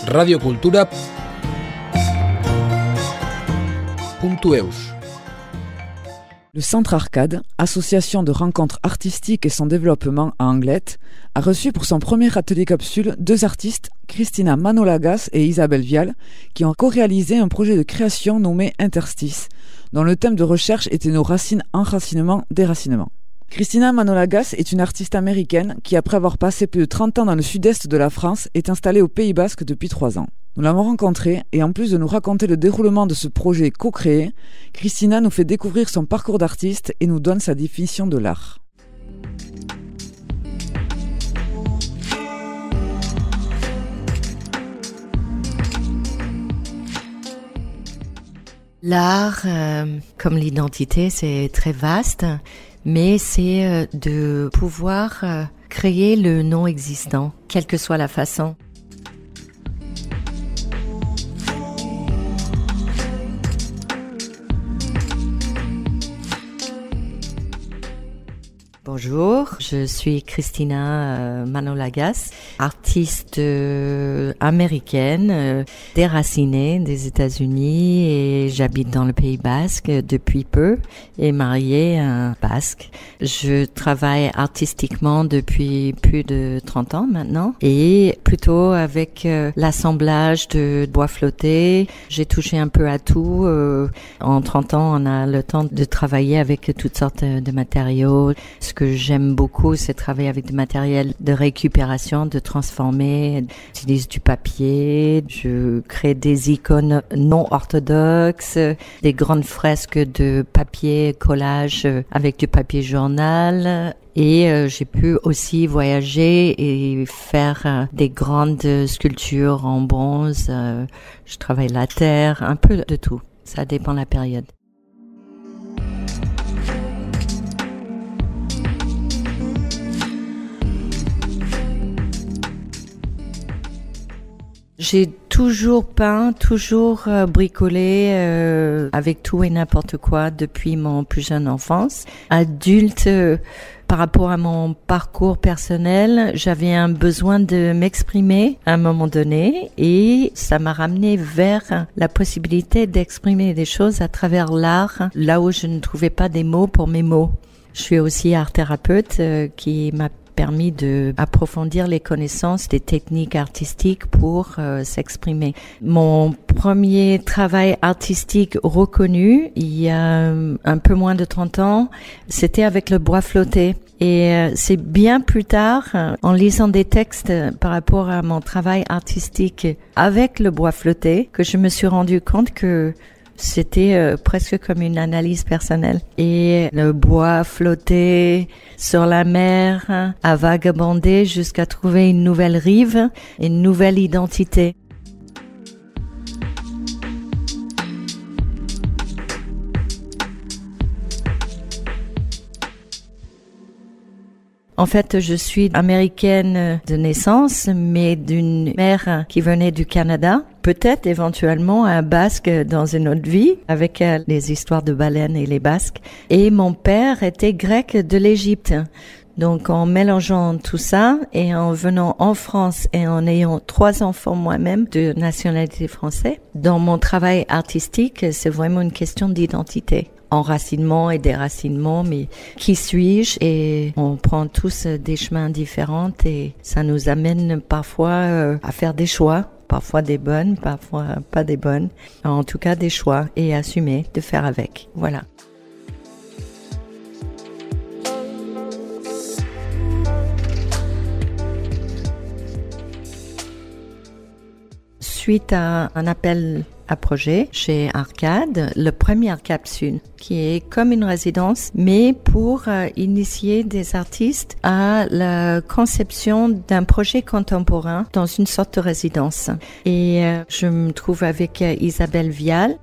radiocultura.eus. Le Centre Arcade, association de rencontres artistiques et son développement à Anglet, a reçu pour son premier atelier capsule 2 artistes, Cristina Manolagas et Isabelle Vial, qui ont co-réalisé un projet de création nommé Interstice, dont le thème de recherche était nos racines, enracinement, déracinement. Cristina Manolagas est une artiste américaine qui, après avoir passé plus de 30 ans dans le sud-est de la France, est installée au Pays Basque depuis 3 ans. Nous l'avons rencontrée et en plus de nous raconter le déroulement de ce projet co-créé, Cristina nous fait découvrir son parcours d'artiste et nous donne sa définition de l'art. L'art, comme l'identité, c'est très vaste, mais c'est de pouvoir créer le non existant, quelle que soit la façon. Bonjour, je suis Cristina Manolagas, artiste américaine, déracinée des États-Unis, et j'habite dans le Pays Basque depuis peu et mariée à un Basque. Je travaille artistiquement depuis plus de 30 ans maintenant et plutôt avec l'assemblage de bois flotté. J'ai touché un peu à tout. En 30 ans, on a le temps de travailler avec toutes sortes de matériaux. Ce que j'aime beaucoup, c'est travailler avec des matériels de récupération, de transformer. J'utilise du papier, je crée des icônes non orthodoxes, des grandes fresques de papier collage avec du papier journal. Et j'ai pu aussi voyager et faire des grandes sculptures en bronze. Je travaille la terre, un peu de tout. Ça dépend de la période. J'ai toujours peint, toujours bricolé avec tout et n'importe quoi depuis mon plus jeune enfance. Adulte, par rapport à mon parcours personnel, j'avais un besoin de m'exprimer à un moment donné et ça m'a ramené vers la possibilité d'exprimer des choses à travers l'art, là où je ne trouvais pas des mots pour mes mots. Je suis aussi art thérapeute qui m'a permis de approfondir les connaissances des techniques artistiques pour s'exprimer. Mon premier travail artistique reconnu, il y a un peu moins de 30 ans, c'était avec le bois flotté. Et c'est bien plus tard, en lisant des textes par rapport à mon travail artistique avec le bois flotté, que je me suis rendu compte que c'était presque comme une analyse personnelle. Et le bois flottait sur la mer, a vagabondé jusqu'à trouver une nouvelle rive, une nouvelle identité. En fait, je suis américaine de naissance, mais d'une mère qui venait du Canada. Peut-être éventuellement un Basque dans une autre vie, avec les histoires de baleines et les Basques. Et mon père était grec de l'Égypte. Donc en mélangeant tout ça et en venant en France et en ayant 3 enfants moi-même de nationalité française, dans mon travail artistique, c'est vraiment une question d'identité. Enracinement et déracinement, mais qui suis-je? Et on prend tous des chemins différents et ça nous amène parfois à faire des choix, parfois des bonnes, parfois pas des bonnes, en tout cas des choix et assumer de faire avec. Voilà. Suite à un appel à projet chez Arcade, le premier capsule, qui est comme une résidence, mais pour initier des artistes à la conception d'un projet contemporain dans une sorte de résidence. Et je me trouve avec Isabelle Vial.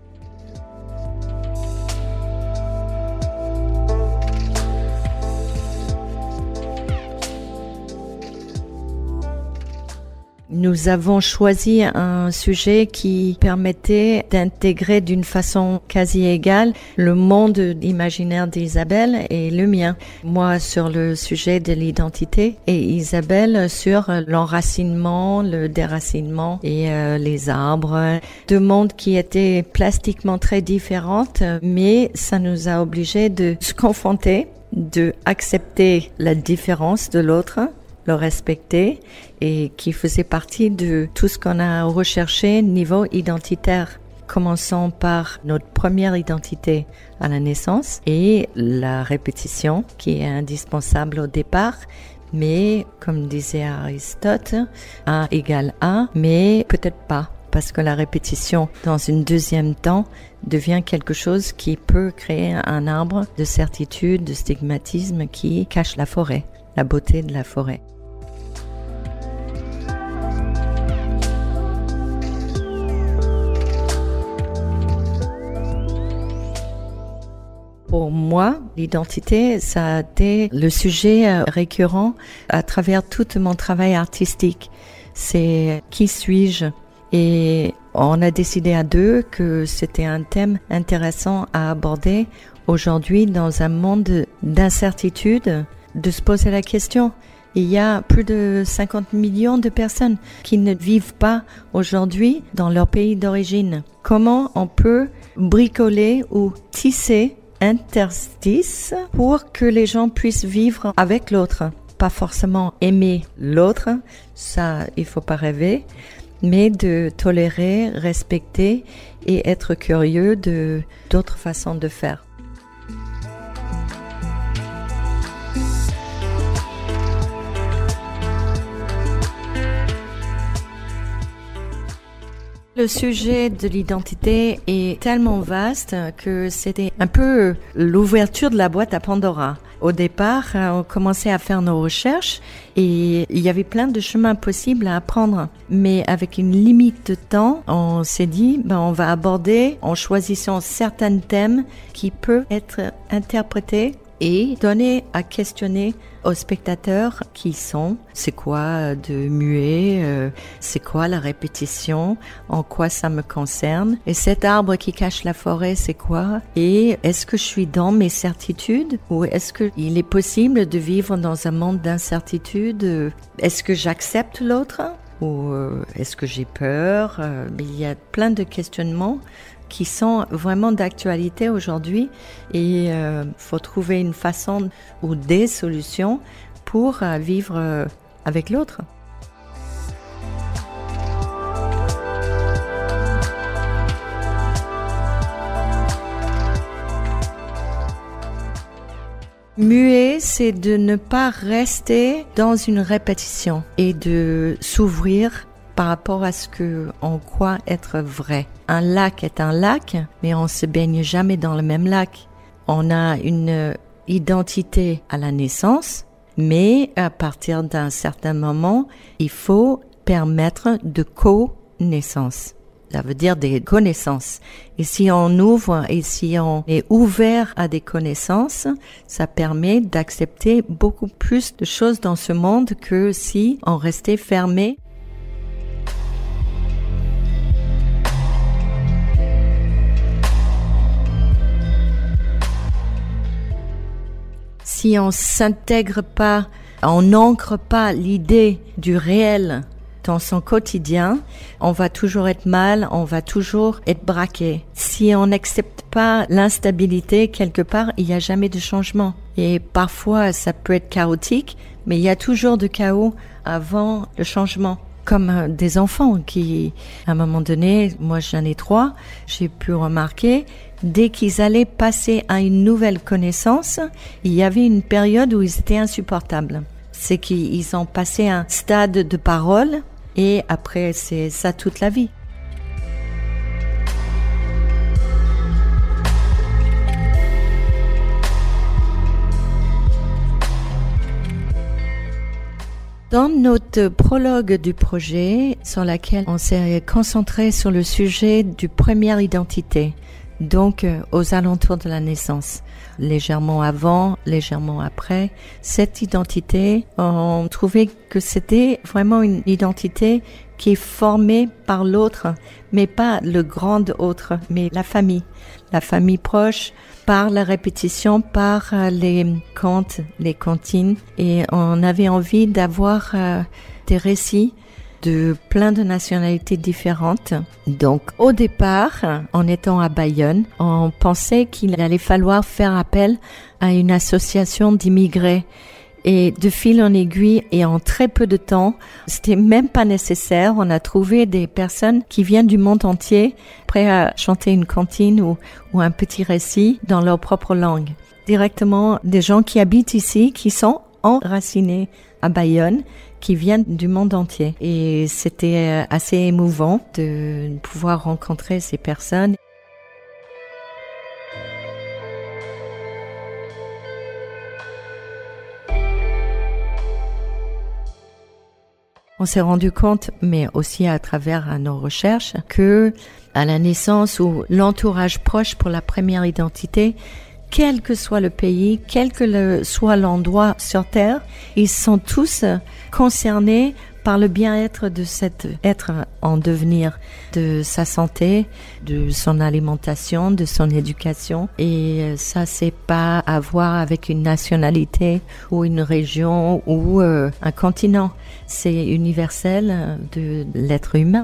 Nous avons choisi un sujet qui permettait d'intégrer d'une façon quasi égale le monde imaginaire d'Isabelle et le mien. Moi sur le sujet de l'identité et Isabelle sur l'enracinement, le déracinement et les arbres. Deux mondes qui étaient plastiquement très différentes, mais ça nous a obligés de se confronter, de accepter la différence de l'autre, le respecter et qui faisait partie de tout ce qu'on a recherché niveau identitaire. Commençons par notre première identité à la naissance et la répétition qui est indispensable au départ. Mais, comme disait Aristote, A égale A, mais peut-être pas. Parce que la répétition, dans une deuxième temps, devient quelque chose qui peut créer un arbre de certitude, de stigmatisme qui cache la forêt, la beauté de la forêt. Pour moi, l'identité, ça a été le sujet récurrent à travers tout mon travail artistique. C'est qui suis-je? Et on a décidé à deux que c'était un thème intéressant à aborder aujourd'hui dans un monde d'incertitude, de se poser la question. Il y a plus de 50 millions de personnes qui ne vivent pas aujourd'hui dans leur pays d'origine. Comment on peut bricoler ou tisser interstices pour que les gens puissent vivre avec l'autre? Pas forcément aimer l'autre, ça il faut pas rêver, mais de tolérer, respecter et être curieux de d'autres façons de faire. Le sujet de l'identité est tellement vaste que c'était un peu l'ouverture de la boîte à Pandora. Au départ, on commençait à faire nos recherches et il y avait plein de chemins possibles à apprendre. Mais avec une limite de temps, on s'est dit, on va aborder en choisissant certains thèmes qui peuvent être interprétés et donner à questionner aux spectateurs qui sont, c'est quoi de muet, c'est quoi la répétition, en quoi ça me concerne, et cet arbre qui cache la forêt, c'est quoi, et est-ce que je suis dans mes certitudes, ou est-ce qu'il est possible de vivre dans un monde d'incertitude, est-ce que j'accepte l'autre, ou est-ce que j'ai peur, mais il y a plein de questionnements qui sont vraiment d'actualité aujourd'hui et faut trouver une façon ou des solutions pour vivre avec l'autre. Muet, c'est de ne pas rester dans une répétition et de s'ouvrir par rapport à ce que on croit être vrai. Un lac est un lac, mais on se baigne jamais dans le même lac. On a une identité à la naissance, mais à partir d'un certain moment, il faut permettre de co-naissance. Ça veut dire des connaissances. Et si on ouvre et si on est ouvert à des connaissances, ça permet d'accepter beaucoup plus de choses dans ce monde que si on restait fermé. Si on s'intègre pas, on n'ancre pas l'idée du réel dans son quotidien, on va toujours être mal, on va toujours être braqué. Si on n'accepte pas l'instabilité quelque part, il n'y a jamais de changement. Et parfois, ça peut être chaotique, mais il y a toujours de chaos avant le changement. Comme des enfants qui, à un moment donné, moi j'en ai 3, j'ai pu remarquer, dès qu'ils allaient passer à une nouvelle connaissance, il y avait une période où ils étaient insupportables. C'est qu'ils ont passé un stade de parole et après c'est ça toute la vie. Dans notre prologue du projet, sur laquelle on s'est concentré sur le sujet du première identité, donc aux alentours de la naissance. Légèrement avant, légèrement après. Cette identité, on trouvait que c'était vraiment une identité qui est formée par l'autre, mais pas le grand autre, mais la famille proche, par la répétition, par les contes, les comptines. Et on avait envie d'avoir des récits de plein de nationalités différentes. Donc, au départ, en étant à Bayonne, on pensait qu'il allait falloir faire appel à une association d'immigrés. Et de fil en aiguille et en très peu de temps, c'était même pas nécessaire. On a trouvé des personnes qui viennent du monde entier, prêts à chanter une comptine ou un petit récit dans leur propre langue. Directement, des gens qui habitent ici, qui sont enracinés à Bayonne, qui viennent du monde entier. Et c'était assez émouvant de pouvoir rencontrer ces personnes. On s'est rendu compte, mais aussi à travers nos recherches, que à la naissance ou l'entourage proche pour la première identité, quel que soit le pays, quel que soit l'endroit sur Terre, ils sont tous concernés par le bien-être de cet être en devenir, de sa santé, de son alimentation, de son éducation. Et ça, c'est pas à voir avec une nationalité ou une région ou un continent. C'est universel de l'être humain.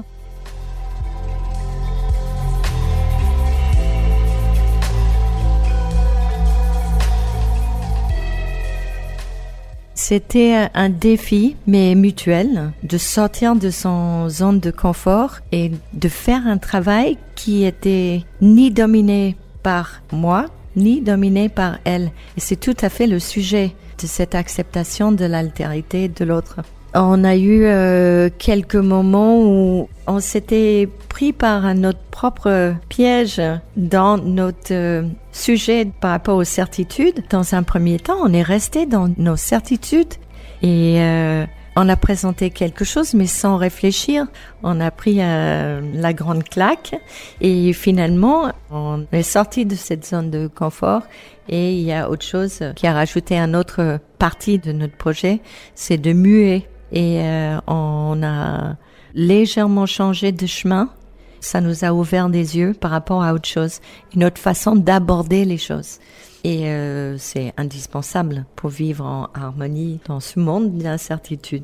C'était un défi, mais mutuel, de sortir de son zone de confort et de faire un travail qui était ni dominé par moi, ni dominé par elle. Et c'est tout à fait le sujet de cette acceptation de l'altérité de l'autre. On a eu quelques moments où on s'était pris par notre propre piège dans notre sujet par rapport aux certitudes. Dans un premier temps, on est resté dans nos certitudes et on a présenté quelque chose, mais sans réfléchir. On a pris la grande claque et finalement, on est sorti de cette zone de confort et il y a autre chose qui a rajouté une autre partie de notre projet, c'est de muer. Et on a légèrement changé de chemin. Ça nous a ouvert des yeux par rapport à autre chose, une autre façon d'aborder les choses. Et c'est indispensable pour vivre en harmonie dans ce monde d'incertitude.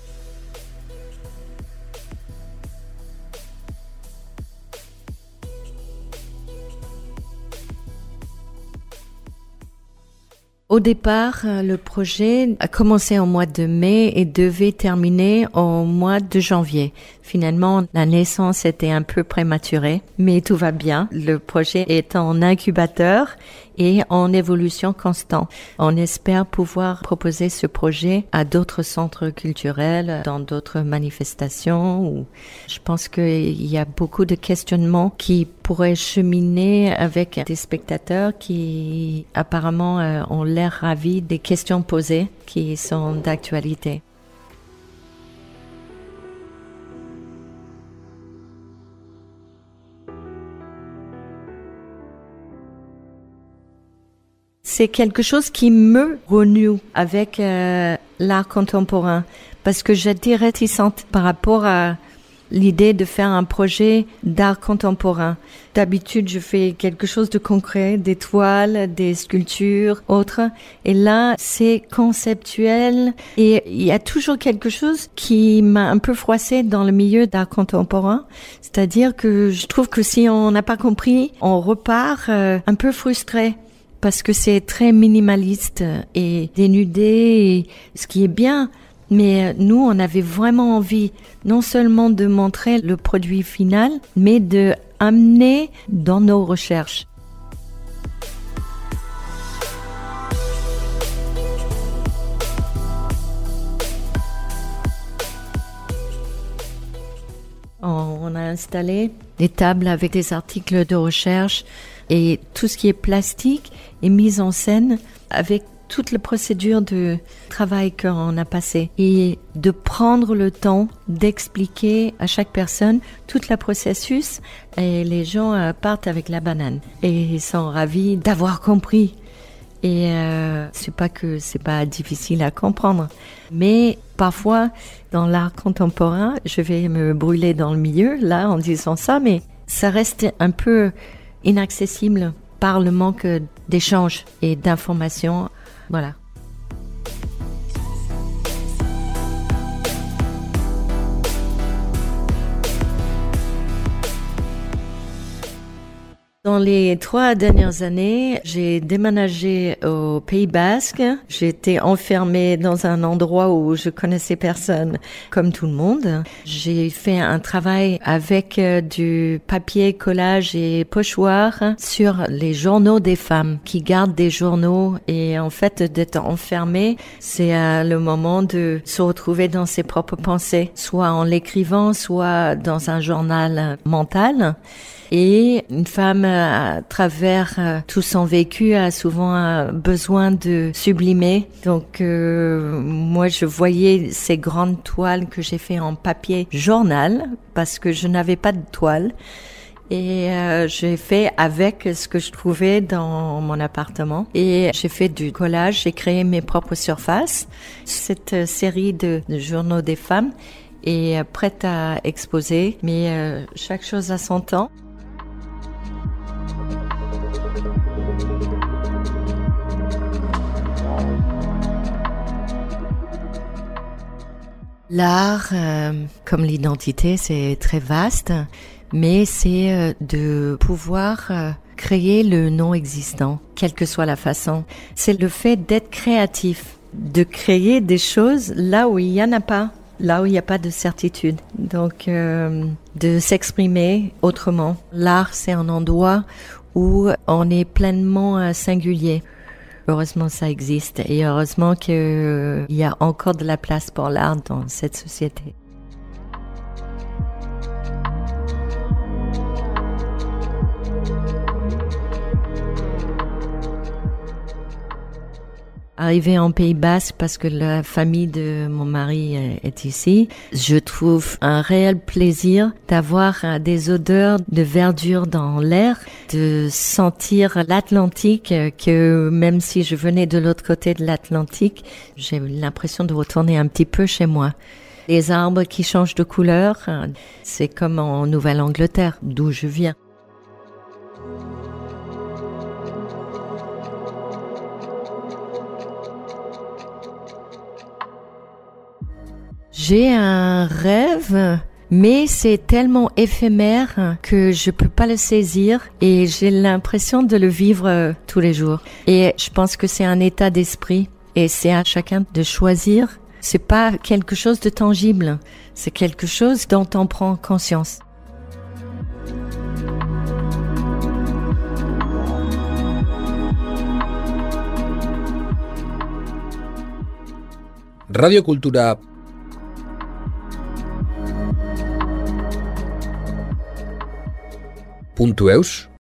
Au départ, le projet a commencé au mois de mai et devait terminer au mois de janvier. Finalement, la naissance était un peu prématurée, mais tout va bien. Le projet est en incubateur et en évolution constante. On espère pouvoir proposer ce projet à d'autres centres culturels, dans d'autres manifestations. Je pense qu'il y a beaucoup de questionnements qui pourraient cheminer avec des spectateurs qui apparemment ont l'air ravis des questions posées qui sont d'actualité. C'est quelque chose qui me renoue avec l'art contemporain parce que j'étais réticente par rapport à l'idée de faire un projet d'art contemporain. D'habitude, je fais quelque chose de concret, des toiles, des sculptures, autres. Et là, c'est conceptuel. Et il y a toujours quelque chose qui m'a un peu froissée dans le milieu d'art contemporain. C'est-à-dire que je trouve que si on n'a pas compris, on repart un peu frustré. Parce que c'est très minimaliste et dénudé, ce qui est bien. Mais nous, on avait vraiment envie non seulement de montrer le produit final, mais de amener dans nos recherches. On a installé des tables avec des articles de recherche et tout ce qui est plastique est mis en scène avec toute la procédure de travail qu'on a passé et de prendre le temps d'expliquer à chaque personne tout le processus et les gens partent avec la banane et ils sont ravis d'avoir compris. Et c'est pas que c'est pas difficile à comprendre, mais parfois dans l'art contemporain, je vais me brûler dans le milieu là en disant ça, mais ça reste un peu inaccessible par le manque d'échanges et d'informations. Voilà. Dans les 3 dernières années, j'ai déménagé au Pays Basque. J'étais enfermée dans un endroit où je connaissais personne, comme tout le monde. J'ai fait un travail avec du papier, collage et pochoir sur les journaux des femmes qui gardent des journaux. Et en fait, d'être enfermée, c'est le moment de se retrouver dans ses propres pensées, soit en l'écrivant, soit dans un journal mental. Et une femme, à travers tout son vécu, a souvent besoin de sublimer. Donc, moi, je voyais ces grandes toiles que j'ai fait en papier journal, parce que je n'avais pas de toile. Et j'ai fait avec ce que je trouvais dans mon appartement. Et j'ai fait du collage, j'ai créé mes propres surfaces. Cette série de journaux des femmes est prête à exposer, mais chaque chose a son temps. L'art, comme l'identité, c'est très vaste, mais c'est de pouvoir créer le non-existant, quelle que soit la façon. C'est le fait d'être créatif, de créer des choses là où il n'y en a pas, là où il n'y a pas de certitude. Donc, de s'exprimer autrement. L'art, c'est un endroit où on est pleinement singulier. Heureusement, ça existe et heureusement qu'il y a encore de la place pour l'art dans cette société. Arrivée en Pays Basque parce que la famille de mon mari est ici, je trouve un réel plaisir d'avoir des odeurs de verdure dans l'air, de sentir l'Atlantique, que même si je venais de l'autre côté de l'Atlantique, j'ai l'impression de retourner un petit peu chez moi. Les arbres qui changent de couleur, c'est comme en Nouvelle-Angleterre, d'où je viens. J'ai un rêve, mais c'est tellement éphémère que je peux pas le saisir et j'ai l'impression de le vivre tous les jours. Et je pense que c'est un état d'esprit et c'est à chacun de choisir. C'est pas quelque chose de tangible, c'est quelque chose dont on prend conscience. Radio Kultura .eus